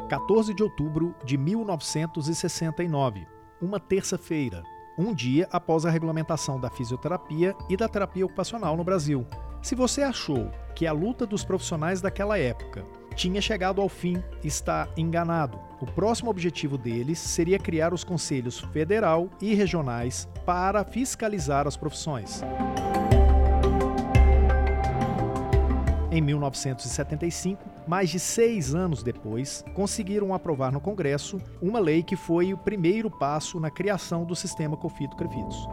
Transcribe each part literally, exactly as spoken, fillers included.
quatorze de outubro de mil novecentos e sessenta e nove, uma terça-feira, um dia após a regulamentação da fisioterapia e da terapia ocupacional no Brasil. Se você achou que a luta dos profissionais daquela época tinha chegado ao fim, está enganado. O próximo objetivo deles seria criar os conselhos federal e regionais para fiscalizar as profissões. Em mil novecentos e setenta e cinco, mais de seis anos depois, conseguiram aprovar no Congresso uma lei que foi o primeiro passo na criação do sistema Cofito-Crefitos.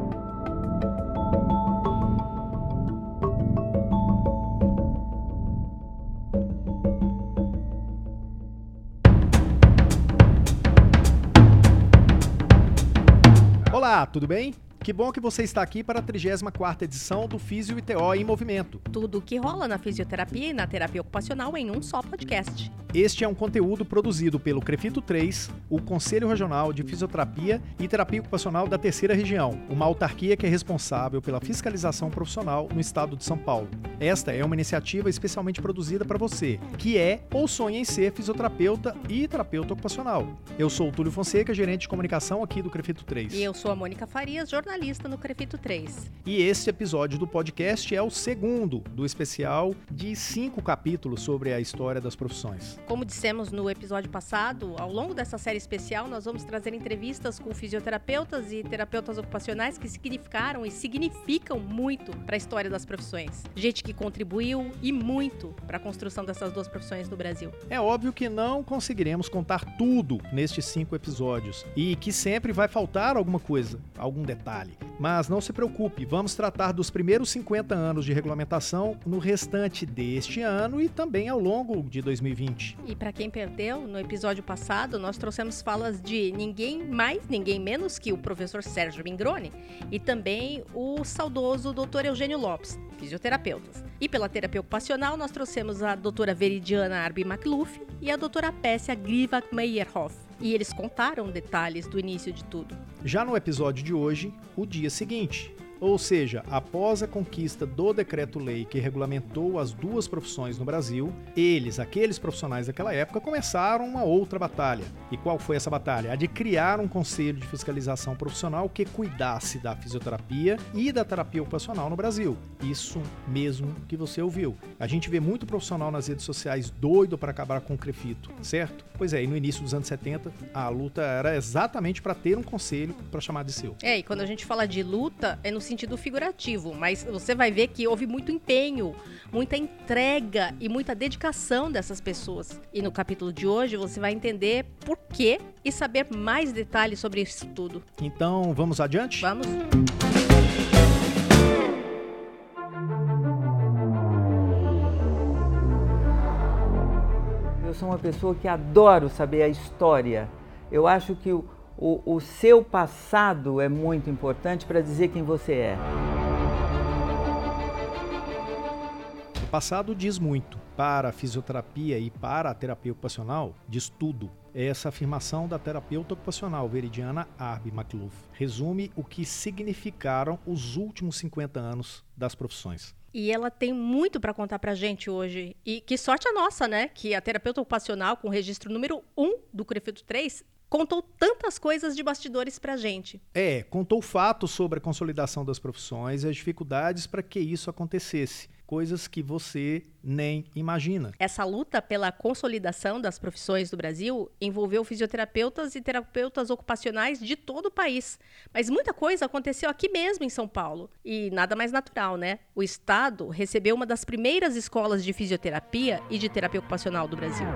Olá, tudo bem? Que bom que você está aqui para a trigésima quarta edição do Físio I T O em Movimento. Tudo o que rola na fisioterapia e na terapia ocupacional em um só podcast. Este é um conteúdo produzido pelo Crefito três, o Conselho Regional de Fisioterapia e Terapia Ocupacional da Terceira Região, uma autarquia que é responsável pela fiscalização profissional no estado de São Paulo. Esta é uma iniciativa especialmente produzida para você, que é ou sonha em ser fisioterapeuta e terapeuta ocupacional. Eu sou o Túlio Fonseca, gerente de comunicação aqui do Crefito três. E eu sou a Mônica Farias, jornalista no Crefito três. E este episódio do podcast é o segundo do especial de cinco capítulos sobre a história das profissões. Como dissemos no episódio passado, ao longo dessa série especial nós vamos trazer entrevistas com fisioterapeutas e terapeutas ocupacionais que significaram e significam muito para a história das profissões. Gente que contribuiu e muito para a construção dessas duas profissões no Brasil. É óbvio que não conseguiremos contar tudo nestes cinco episódios e que sempre vai faltar alguma coisa, algum detalhe. Mas não se preocupe, vamos tratar dos primeiros cinquenta anos de regulamentação no restante deste ano e também ao longo de dois mil e vinte. E para quem perdeu, no episódio passado nós trouxemos falas de ninguém mais, ninguém menos que o professor Sérgio Mingroni e também o saudoso doutor Eugênio Lopes, fisioterapeutas. E pela terapia ocupacional nós trouxemos a doutora Veridiana Arbi Makluf e a doutora Pessia Grivak Meyerhoff. E eles contaram detalhes do início de tudo. Já no episódio de hoje, o dia seguinte. Ou seja, após a conquista do decreto-lei que regulamentou as duas profissões no Brasil, eles, aqueles profissionais daquela época, começaram uma outra batalha. E qual foi essa batalha? A de criar um conselho de fiscalização profissional que cuidasse da fisioterapia e da terapia ocupacional no Brasil. Isso mesmo que você ouviu. A gente vê muito profissional nas redes sociais doido para acabar com o Crefito, certo? Pois é, e no início dos anos setenta, a luta era exatamente para ter um conselho para chamar de seu. É, e quando a gente fala de luta, é no sentido figurativo, mas você vai ver que houve muito empenho, muita entrega e muita dedicação dessas pessoas. E no capítulo de hoje você vai entender por quê e saber mais detalhes sobre isso tudo. Então, vamos adiante? Vamos! Eu sou uma pessoa que adoro saber a história. Eu acho que o O, o seu passado é muito importante para dizer quem você é. O passado diz muito. Para a fisioterapia e para a terapia ocupacional, diz tudo. Essa afirmação da terapeuta ocupacional Veridiana Arbi Makluf resume o que significaram os últimos cinquenta anos das profissões. E ela tem muito para contar para a gente hoje. E que sorte a nossa, né? Que a terapeuta ocupacional, com o registro número um do Crefito três, contou tantas coisas de bastidores pra gente. É, contou fatos sobre a consolidação das profissões e as dificuldades para que isso acontecesse. Coisas que você nem imagina. Essa luta pela consolidação das profissões do Brasil envolveu fisioterapeutas e terapeutas ocupacionais de todo o país. Mas muita coisa aconteceu aqui mesmo em São Paulo. E nada mais natural, né? O Estado recebeu uma das primeiras escolas de fisioterapia e de terapia ocupacional do Brasil.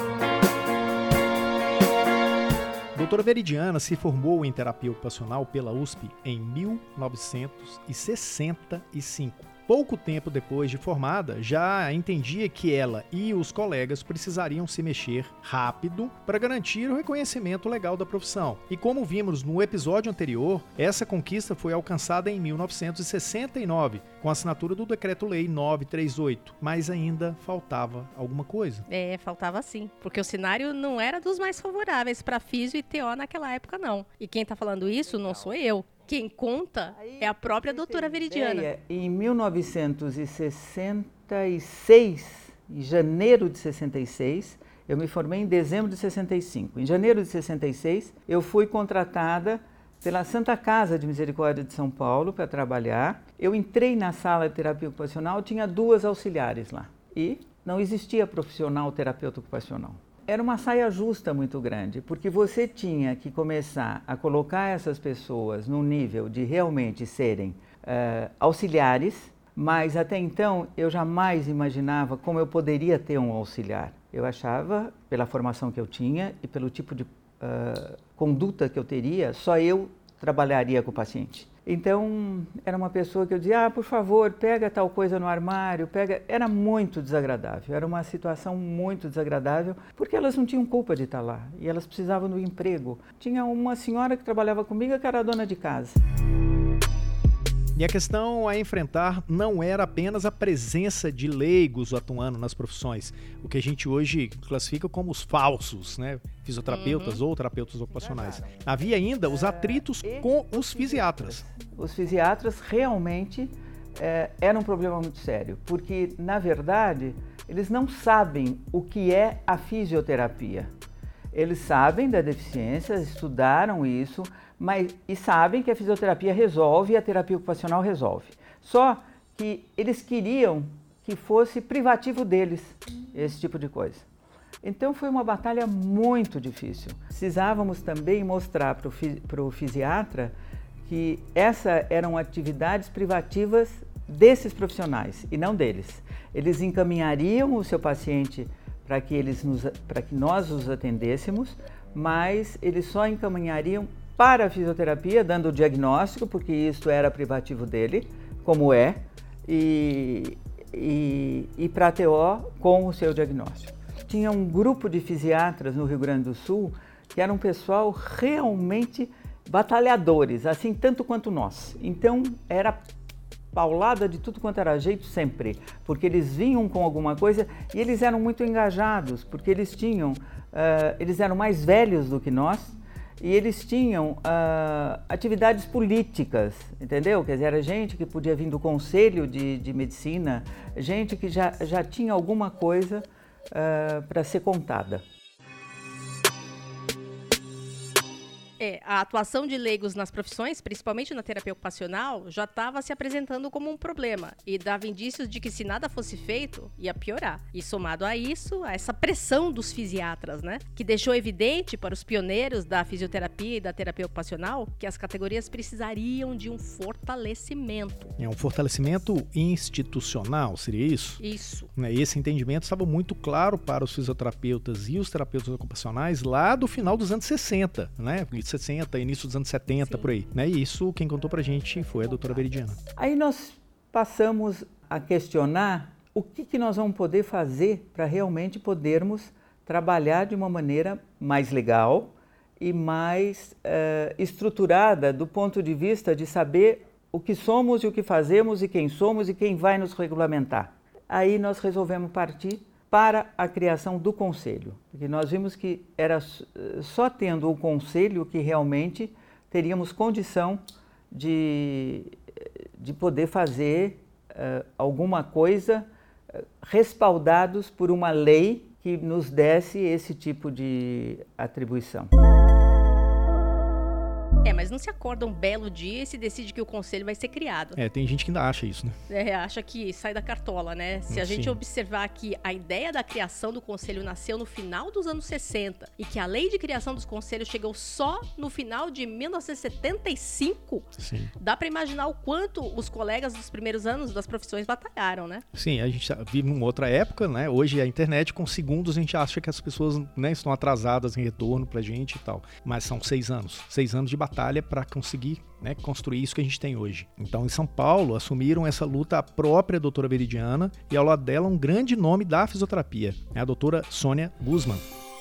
Doutora Veridiana se formou em terapia ocupacional pela U S P em mil novecentos e sessenta e cinco. Pouco tempo depois de formada, já entendia que ela e os colegas precisariam se mexer rápido para garantir o reconhecimento legal da profissão. E como vimos no episódio anterior, essa conquista foi alcançada em mil novecentos e sessenta e nove, com a assinatura do Decreto-Lei novecentos e trinta e oito. Mas ainda faltava alguma coisa. É, faltava sim, porque o cenário não era dos mais favoráveis para Físio e T O naquela época, não. E quem está falando isso não sou eu. Quem conta é a própria doutora Veridiana. Ideia, em mil novecentos e sessenta e seis, em janeiro de sessenta e seis, Eu me formei em dezembro de sessenta e cinco. Em janeiro de sessenta e seis, eu fui contratada pela Santa Casa de Misericórdia de São Paulo para trabalhar. Eu entrei na sala de terapia ocupacional, tinha duas auxiliares lá e não existia profissional terapeuta ocupacional. Era uma saia justa muito grande, porque você tinha que começar a colocar essas pessoas no nível de realmente serem uh, auxiliares, mas até então eu jamais imaginava como eu poderia ter um auxiliar. Eu achava, pela formação que eu tinha e pelo tipo de uh, conduta que eu teria, só eu trabalharia com o paciente. Então, era uma pessoa que eu dizia, ah, por favor, pega tal coisa no armário, pega... Era muito desagradável, era uma situação muito desagradável, porque elas não tinham culpa de estar lá, e elas precisavam do emprego. Tinha uma senhora que trabalhava comigo, que era a dona de casa. E a questão a enfrentar não era apenas a presença de leigos atuando nas profissões, o que a gente hoje classifica como os falsos, né? Fisioterapeutas uhum. ou terapeutas ocupacionais. Havia ainda os atritos uh, com os fisiatras. Os fisiatras realmente é, eram um problema muito sério, porque, na verdade, eles não sabem o que é a fisioterapia. Eles sabem da deficiência, estudaram isso, mas, e sabem que a fisioterapia resolve e a terapia ocupacional resolve. Só que eles queriam que fosse privativo deles, esse tipo de coisa. Então foi uma batalha muito difícil. Precisávamos também mostrar para o fisiatra que essas eram atividades privativas desses profissionais e não deles. Eles encaminhariam o seu paciente para que, eles nos, para que nós os atendêssemos, mas eles só encaminhariam para a fisioterapia, dando o diagnóstico, porque isso era privativo dele, como é, e, e, e para a T O com o seu diagnóstico. Tinha um grupo de fisiatras no Rio Grande do Sul que era um pessoal realmente batalhadores, assim, tanto quanto nós. Então, era paulada de tudo quanto era jeito sempre, porque eles vinham com alguma coisa e eles eram muito engajados, porque eles tinham, uh, eles eram mais velhos do que nós e eles tinham uh, atividades políticas, entendeu? Quer dizer, era gente que podia vir do Conselho de, de Medicina, gente que já, já tinha alguma coisa uh, para ser contada. É, a atuação de leigos nas profissões, principalmente na terapia ocupacional, já estava se apresentando como um problema e dava indícios de que se nada fosse feito, ia piorar. E somado a isso, a essa pressão dos fisiatras, né, que deixou evidente para os pioneiros da fisioterapia e da terapia ocupacional que as categorias precisariam de um fortalecimento. É um fortalecimento institucional, seria isso? Isso. Esse entendimento estava muito claro para os fisioterapeutas e os terapeutas ocupacionais lá do final dos anos sessenta, né? sessenta, início dos anos setenta, Sim. por aí. Né? E isso quem contou pra gente foi a doutora Veridiana. Aí nós passamos a questionar o que, que nós vamos poder fazer para realmente podermos trabalhar de uma maneira mais legal e mais uh, estruturada do ponto de vista de saber o que somos e o que fazemos e quem somos e quem vai nos regulamentar. Aí nós resolvemos partir para a criação do conselho, porque nós vimos que era só tendo o conselho que realmente teríamos condição de, de poder fazer uh, alguma coisa uh, respaldados por uma lei que nos desse esse tipo de atribuição. É, mas não se acorda um belo dia e se decide que o conselho vai ser criado. É, tem gente que ainda acha isso, né? É, acha que sai da cartola, né? Se a Sim. gente observar que a ideia da criação do conselho nasceu no final dos anos sessenta e que a lei de criação dos conselhos chegou só no final de mil novecentos e setenta e cinco, Sim. dá para imaginar o quanto os colegas dos primeiros anos das profissões batalharam, né? Sim, a gente vive numa outra época, né? Hoje a internet, com segundos, a gente acha que as pessoas, né, estão atrasadas em retorno pra gente e tal. Mas são seis anos. Seis anos de batalha para conseguir, né, construir isso que a gente tem hoje. Então, em São Paulo, assumiram essa luta a própria doutora Veridiana e ao lado dela um grande nome da fisioterapia, é a doutora Sônia Guzman.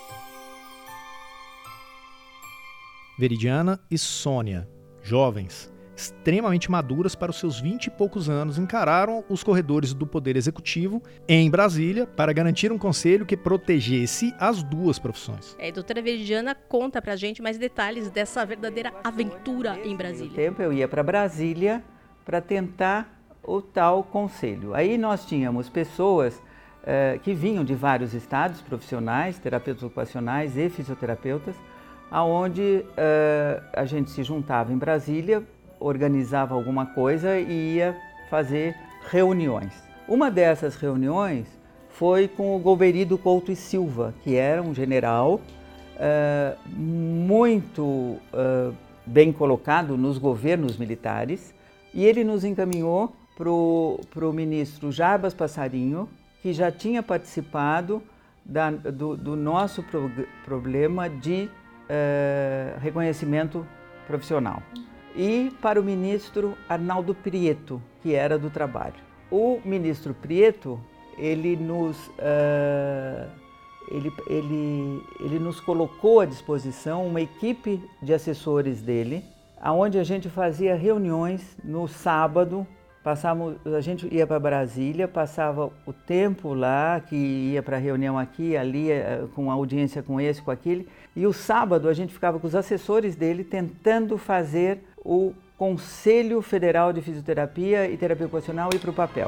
Veridiana e Sônia, jovens, extremamente maduras para os seus vinte e poucos anos, encararam os corredores do Poder Executivo em Brasília para garantir um conselho que protegesse as duas profissões. É, a doutora Veridiana conta pra gente mais detalhes dessa verdadeira aventura em Brasília. No tempo eu ia para Brasília para tentar o tal conselho. Aí nós tínhamos pessoas eh, que vinham de vários estados profissionais, terapeutas ocupacionais e fisioterapeutas, aonde eh, a gente se juntava em Brasília, organizava alguma coisa e ia fazer reuniões. Uma dessas reuniões foi com o Golbery Couto e Silva, que era um general uh, muito uh, bem colocado nos governos militares, e ele nos encaminhou para o ministro Jarbas Passarinho, que já tinha participado da, do, do nosso pro, problema de uh, reconhecimento profissional, e para o ministro Arnaldo Prieto, que era do Trabalho. O ministro Prieto, ele nos, uh, ele, ele, ele nos colocou à disposição uma equipe de assessores dele, onde a gente fazia reuniões no sábado. Passávamos, a gente ia para Brasília, passava o tempo lá, que ia para reunião aqui, ali, com audiência com esse, com aquele, e o sábado a gente ficava com os assessores dele tentando fazer o Conselho Federal de Fisioterapia e Terapia Ocupacional ir para o papel.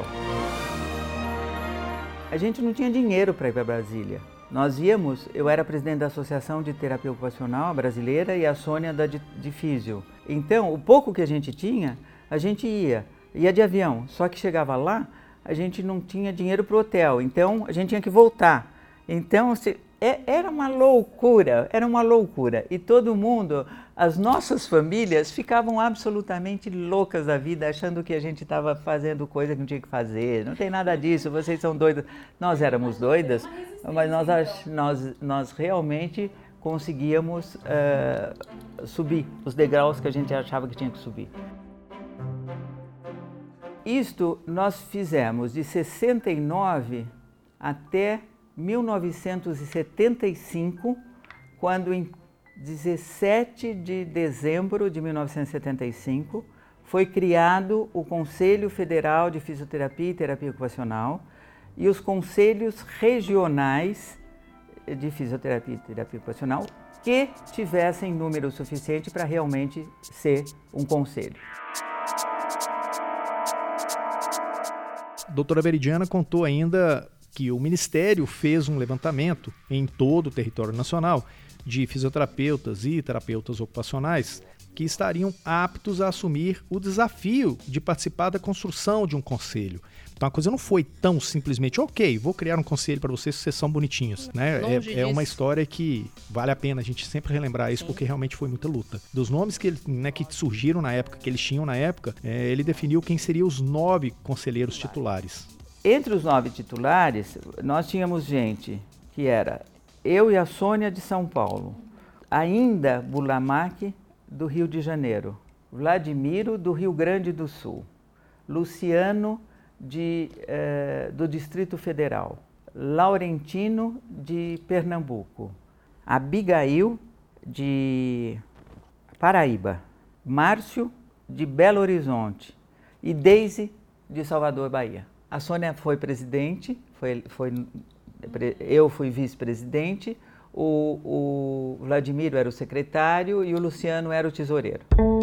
A gente não tinha dinheiro para ir para Brasília. Nós íamos, eu era presidente da Associação de Terapia Ocupacional brasileira e a Sônia da de, de Físio. Então, o pouco que a gente tinha, a gente ia. Ia de avião, só que chegava lá, a gente não tinha dinheiro para o hotel, então a gente tinha que voltar. Então, se, é, era uma loucura, era uma loucura. E todo mundo, as nossas famílias ficavam absolutamente loucas da vida, achando que a gente estava fazendo coisa que não tinha que fazer. Não tem nada disso, vocês são doidos. Nós éramos doidas, mas nós, nós, nós realmente conseguíamos uh, subir os degraus que a gente achava que tinha que subir. Isto nós fizemos de sessenta e nove até mil novecentos e setenta e cinco, quando em dezessete de dezembro de mil novecentos e setenta e cinco foi criado o Conselho Federal de Fisioterapia e Terapia Ocupacional e os conselhos regionais de fisioterapia e terapia ocupacional que tivessem número suficiente para realmente ser um conselho. A doutora Veridiana contou ainda que o Ministério fez um levantamento em todo o território nacional de fisioterapeutas e terapeutas ocupacionais que estariam aptos a assumir o desafio de participar da construção de um conselho. Então a coisa não foi tão simplesmente, ok, vou criar um conselho para vocês, vocês são bonitinhos. Né? É, é uma história que vale a pena a gente sempre relembrar isso, Sim. porque realmente foi muita luta. Dos nomes que, ele, né, que surgiram na época, que eles tinham na época, é, ele definiu quem seriam os nove conselheiros titulares. Entre os nove titulares, nós tínhamos gente que era eu e a Sônia de São Paulo, ainda Burlamac do Rio de Janeiro, Vladimiro do Rio Grande do Sul, Luciano De, eh, do Distrito Federal, Laurentino de Pernambuco, Abigail de Paraíba, Márcio de Belo Horizonte e Deise de Salvador, Bahia. A Sônia foi presidente, foi, foi, eu fui vice-presidente, o, o Vladimiro era o secretário e o Luciano era o tesoureiro.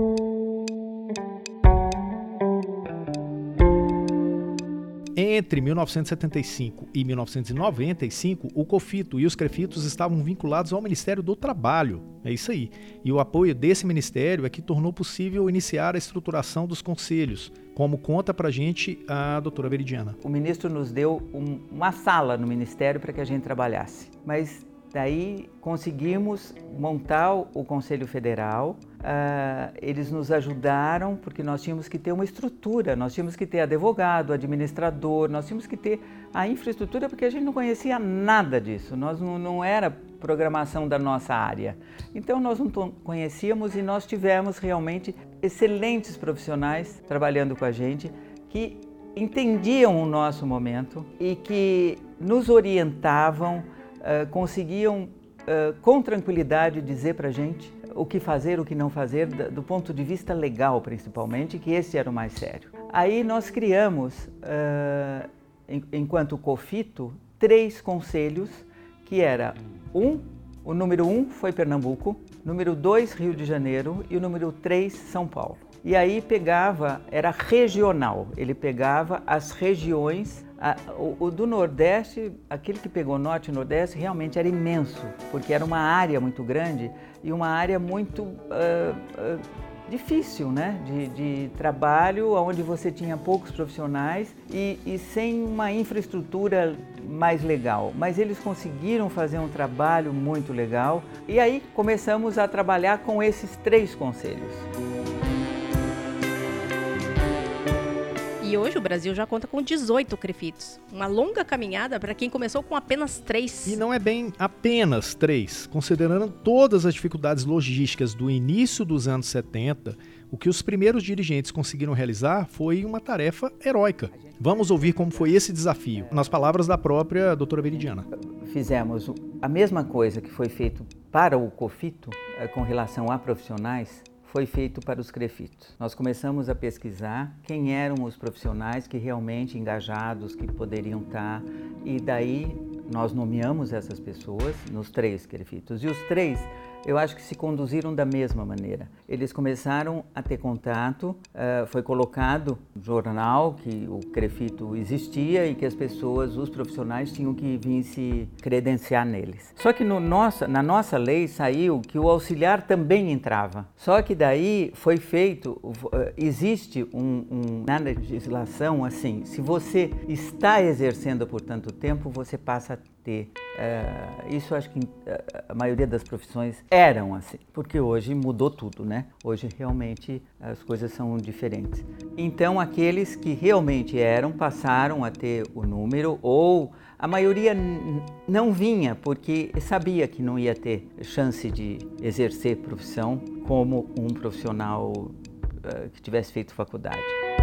Entre mil novecentos e setenta e cinco e mil novecentos e noventa e cinco, o COFITO e os CREFITOS estavam vinculados ao Ministério do Trabalho. É isso aí. E o apoio desse ministério é que tornou possível iniciar a estruturação dos conselhos, como conta pra gente a doutora Veridiana. O ministro nos deu um, uma sala no ministério para que a gente trabalhasse, mas daí conseguimos montar o Conselho Federal. Uh, eles nos ajudaram porque nós tínhamos que ter uma estrutura, nós tínhamos que ter advogado, administrador, nós tínhamos que ter a infraestrutura porque a gente não conhecia nada disso, nós não, não era programação da nossa área. Então nós não conhecíamos e nós tivemos realmente excelentes profissionais trabalhando com a gente que entendiam o nosso momento e que nos orientavam, uh, conseguiam uh, com tranquilidade dizer para a gente o que fazer, o que não fazer, do ponto de vista legal principalmente, que esse era o mais sério. Aí nós criamos, uh, em, enquanto COFITO, três conselhos, que era um, o número um foi Pernambuco, número dois Rio de Janeiro e o número três São Paulo. e aí pegava, era regional, ele pegava as regiões, a, o, o do Nordeste, aquele que pegou Norte e Nordeste realmente era imenso, porque era uma área muito grande e uma área muito uh, uh, difícil, né, de, de trabalho, onde você tinha poucos profissionais e, e sem uma infraestrutura mais legal. Mas eles conseguiram fazer um trabalho muito legal e aí começamos a trabalhar com esses três conselhos. E hoje o Brasil já conta com dezoito CREFITos. Uma longa caminhada para quem começou com apenas três. E não é bem apenas três. Considerando todas as dificuldades logísticas do início dos anos setenta, o que os primeiros dirigentes conseguiram realizar foi uma tarefa heróica. Vamos ouvir como foi esse desafio, nas palavras da própria doutora Veridiana. Fizemos a mesma coisa que foi feito para o COFITO, com relação a profissionais, foi feito para os CREFITos. Nós começamos a pesquisar quem eram os profissionais que realmente engajados, que poderiam estar, e daí nós nomeamos essas pessoas nos três CREFITos. E os três, eu acho que se conduziram da mesma maneira. Eles começaram a ter contato, uh, foi colocado no jornal que o CREFITO existia e que as pessoas, os profissionais, tinham que vir se credenciar neles. Só que no nossa, na nossa lei saiu que o auxiliar também entrava. Só que daí foi feito, uh, existe um, um, na legislação assim, se você está exercendo por tanto tempo, você passa a ter. Uh, isso acho que uh, a maioria das profissões eram assim, porque hoje mudou tudo, né? Hoje realmente as coisas são diferentes. Então aqueles que realmente eram passaram a ter o número, ou a maioria n- não vinha porque sabia que não ia ter chance de exercer profissão como um profissional uh, que tivesse feito faculdade.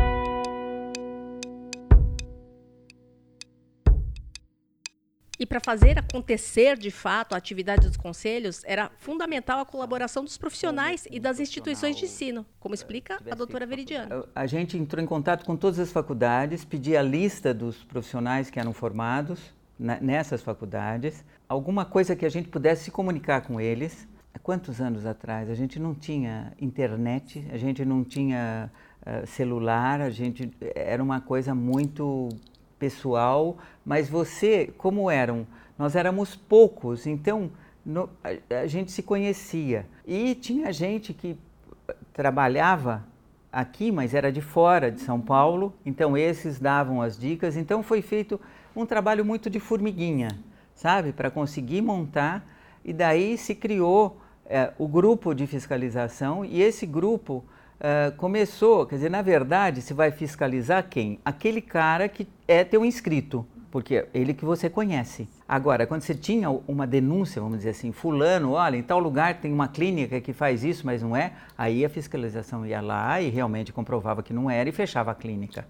E para fazer acontecer de fato a atividade dos conselhos, era fundamental a colaboração dos profissionais e das instituições de ensino, como explica a doutora Veridiana. A gente entrou em contato com todas as faculdades, pedia a lista dos profissionais que eram formados nessas faculdades, alguma coisa que a gente pudesse se comunicar com eles. Há quantos anos atrás? A gente não tinha internet, a gente não tinha uh, celular, a gente era uma coisa muito pessoal, mas você, como eram, nós éramos poucos, então no, a, a gente se conhecia. E tinha gente que trabalhava aqui, mas era de fora de São Paulo, então esses davam as dicas, então foi feito um trabalho muito de formiguinha, sabe, para conseguir montar, e daí se criou é, o grupo de fiscalização, e esse grupo Uh, começou, quer dizer, na verdade, se vai fiscalizar quem? Aquele cara que é teu inscrito, porque é ele que você conhece. Agora, quando você tinha uma denúncia, vamos dizer assim, fulano, olha, em tal lugar tem uma clínica que faz isso, mas não é, aí a fiscalização ia lá e realmente comprovava que não era e fechava a clínica.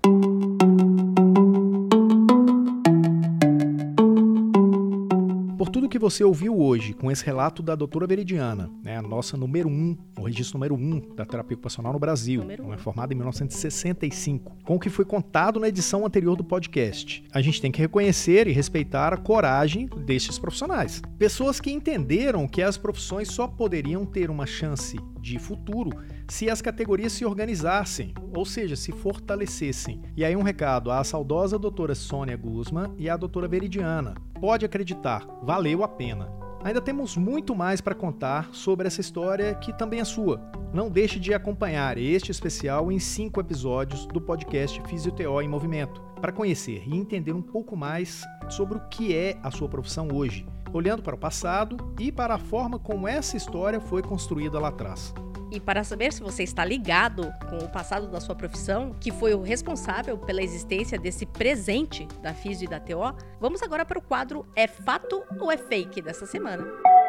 Por tudo que você ouviu hoje com esse relato da doutora Veridiana, né, a nossa número um, o registro número um da terapia ocupacional no Brasil, é formada em mil novecentos e sessenta e cinco, com o que foi contado na edição anterior do podcast. A gente tem que reconhecer e respeitar a coragem destes profissionais. Pessoas que entenderam que as profissões só poderiam ter uma chance de futuro se as categorias se organizassem, ou seja, se fortalecessem. E aí um recado à saudosa doutora Sônia Guzman e à doutora Veridiana. Pode acreditar, valeu a pena. Ainda temos muito mais para contar sobre essa história que também é sua. Não deixe de acompanhar este especial em cinco episódios do podcast Fisioteo em Movimento, para conhecer e entender um pouco mais sobre o que é a sua profissão hoje, olhando para o passado e para a forma como essa história foi construída lá atrás. E para saber se você está ligado com o passado da sua profissão, que foi o responsável pela existência desse presente da Fisio e da T O, vamos agora para o quadro É Fato ou é Fake dessa semana.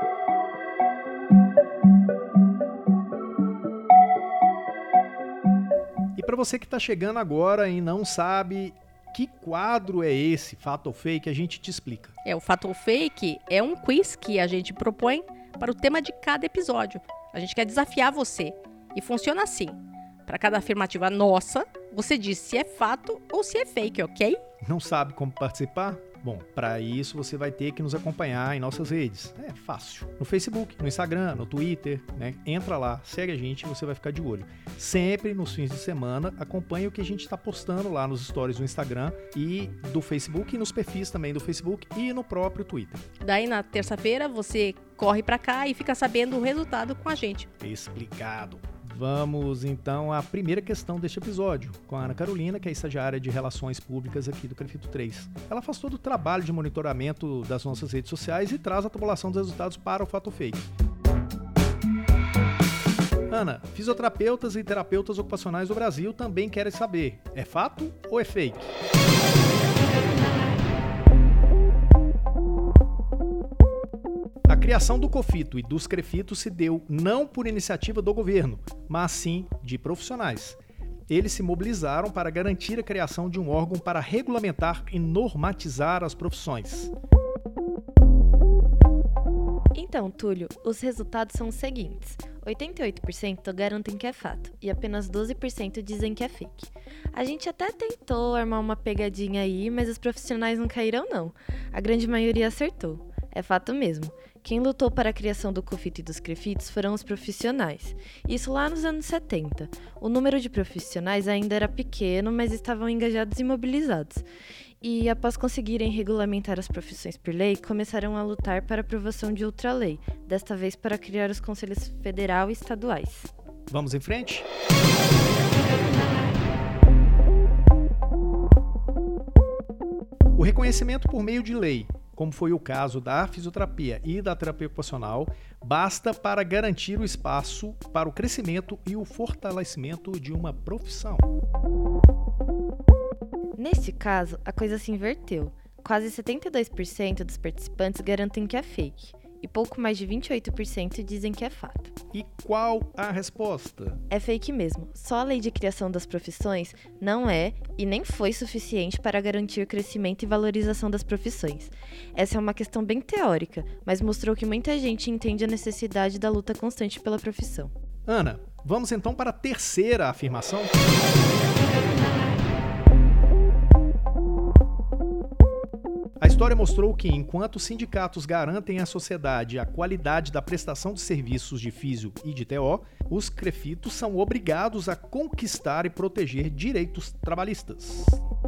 E para você que está chegando agora e não sabe que quadro é esse, Fato ou Fake, a gente te explica. É, o Fato ou Fake é um quiz que a gente propõe para o tema de cada episódio. A gente quer desafiar você. E funciona assim. Para cada afirmativa nossa, você diz se é fato ou se é fake, ok? Não sabe como participar? Bom, para isso você vai ter que nos acompanhar em nossas redes. É fácil. No Facebook, no Instagram, no Twitter, né? Entra lá, segue a gente e você vai ficar de olho. Sempre nos fins de semana, acompanhe o que a gente está postando lá nos stories do Instagram e do Facebook, e nos perfis também do Facebook e no próprio Twitter. Daí na terça-feira você corre para cá e fica sabendo o resultado com a gente. Explicado. Vamos então à primeira questão deste episódio, com a Ana Carolina, que é estagiária de Relações Públicas aqui do CREFITO três. Ela faz todo o trabalho de monitoramento das nossas redes sociais e traz a tabulação dos resultados para o Fato Fake. Ana, fisioterapeutas e terapeutas ocupacionais do Brasil também querem saber, é fato ou é fake? A criação do COFITO e dos CREFITO se deu não por iniciativa do governo, mas sim de profissionais. Eles se mobilizaram para garantir a criação de um órgão para regulamentar e normatizar as profissões. Então, Túlio, os resultados são os seguintes. oitenta e oito por cento garantem que é fato e apenas doze por cento dizem que é fake. A gente até tentou armar uma pegadinha aí, mas os profissionais não caíram não. A grande maioria acertou. É fato mesmo. Quem lutou para a criação do COFITO e dos CREFITOs foram os profissionais. Isso lá nos anos setenta. O número de profissionais ainda era pequeno, mas estavam engajados e mobilizados. E após conseguirem regulamentar as profissões por lei, começaram a lutar para a aprovação de outra lei, desta vez para criar os conselhos federal e estaduais. Vamos em frente? O reconhecimento por meio de lei, como foi o caso da fisioterapia e da terapia ocupacional, basta para garantir o espaço para o crescimento e o fortalecimento de uma profissão. Neste caso, a coisa se inverteu. Quase setenta e dois por cento dos participantes garantem que é fake, e pouco mais de vinte e oito por cento dizem que é fato. E qual a resposta? É fake mesmo. Só a lei de criação das profissões não é e nem foi suficiente para garantir o crescimento e valorização das profissões. Essa é uma questão bem teórica, mas mostrou que muita gente entende a necessidade da luta constante pela profissão. Ana, vamos então para a terceira afirmação? A história mostrou que, enquanto os sindicatos garantem à sociedade a qualidade da prestação de serviços de físio e de T O, os CREFITOs são obrigados a conquistar e proteger direitos trabalhistas.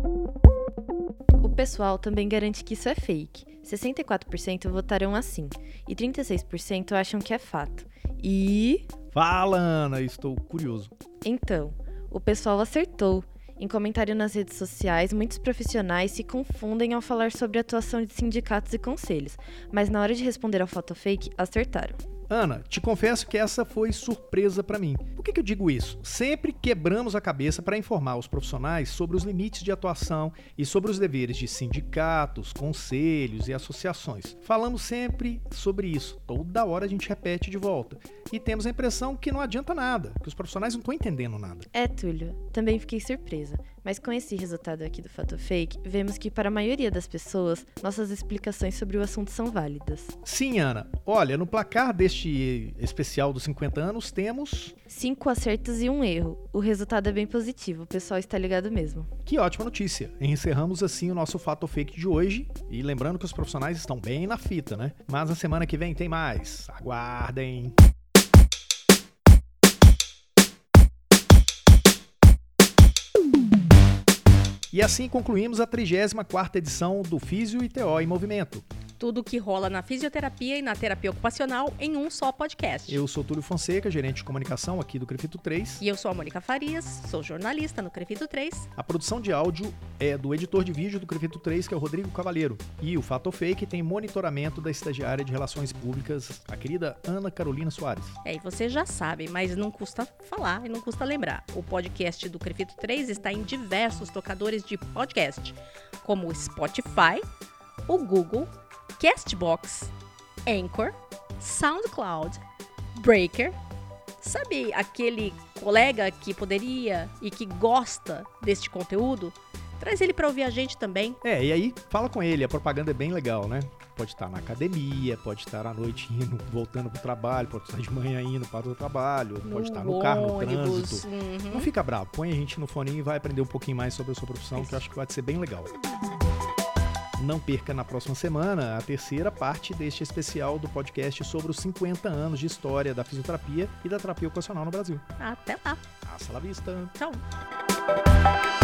O pessoal também garante que isso é fake. sessenta e quatro por cento votaram assim, e trinta e seis por cento acham que é fato. E... Fala, Ana, estou curioso. Então, o pessoal acertou. Em comentário nas redes sociais, muitos profissionais se confundem ao falar sobre a atuação de sindicatos e conselhos, mas na hora de responder ao Fato Fake, acertaram. Ana, te confesso que essa foi surpresa para mim. Por que, que eu digo isso? Sempre quebramos a cabeça para informar os profissionais sobre os limites de atuação e sobre os deveres de sindicatos, conselhos e associações. Falamos sempre sobre isso. Toda hora a gente repete de volta. E temos a impressão que não adianta nada, que os profissionais não estão entendendo nada. É, Túlio, também fiquei surpresa. Mas com esse resultado aqui do Fato Fake, vemos que para a maioria das pessoas, nossas explicações sobre o assunto são válidas. Sim, Ana. Olha, no placar deste especial dos cinquenta anos, temos... Cinco acertos e um erro. O resultado é bem positivo, o pessoal está ligado mesmo. Que ótima notícia. Encerramos assim o nosso Fato Fake de hoje. E lembrando que os profissionais estão bem na fita, né? Mas na semana que vem tem mais. Aguardem! E assim concluímos a trigésima quarta edição do Físio e T O em Movimento. Tudo o que rola na fisioterapia e na terapia ocupacional em um só podcast. Eu sou Túlio Fonseca, gerente de comunicação aqui do CREFITO três. E eu sou a Mônica Farias, sou jornalista no CREFITO três. A produção de áudio é do editor de vídeo do CREFITO três, que é o Rodrigo Cavaleiro. E o Fato Fake tem monitoramento da estagiária de Relações Públicas, a querida Ana Carolina Soares. É, e você já sabe, mas não custa falar e não custa lembrar. O podcast do CREFITO três está em diversos tocadores de podcast, como o Spotify, o Google, Castbox, Anchor, SoundCloud, Breaker. Sabe aquele colega que poderia e que gosta deste conteúdo? Traz ele para ouvir a gente também. É, e aí fala com ele, a propaganda é bem legal, né? Pode estar na academia, pode estar à noite indo, voltando pro trabalho, pode estar de manhã indo para o trabalho, no pode estar no carro, no ônibus, trânsito. Uhum. Não fica bravo, põe a gente no foninho e vai aprender um pouquinho mais sobre a sua profissão, que eu acho que vai ser bem legal. Não perca na próxima semana a terceira parte deste especial do podcast sobre os cinquenta anos de história da fisioterapia e da terapia ocupacional no Brasil. Até lá. Hasta la vista. Tchau.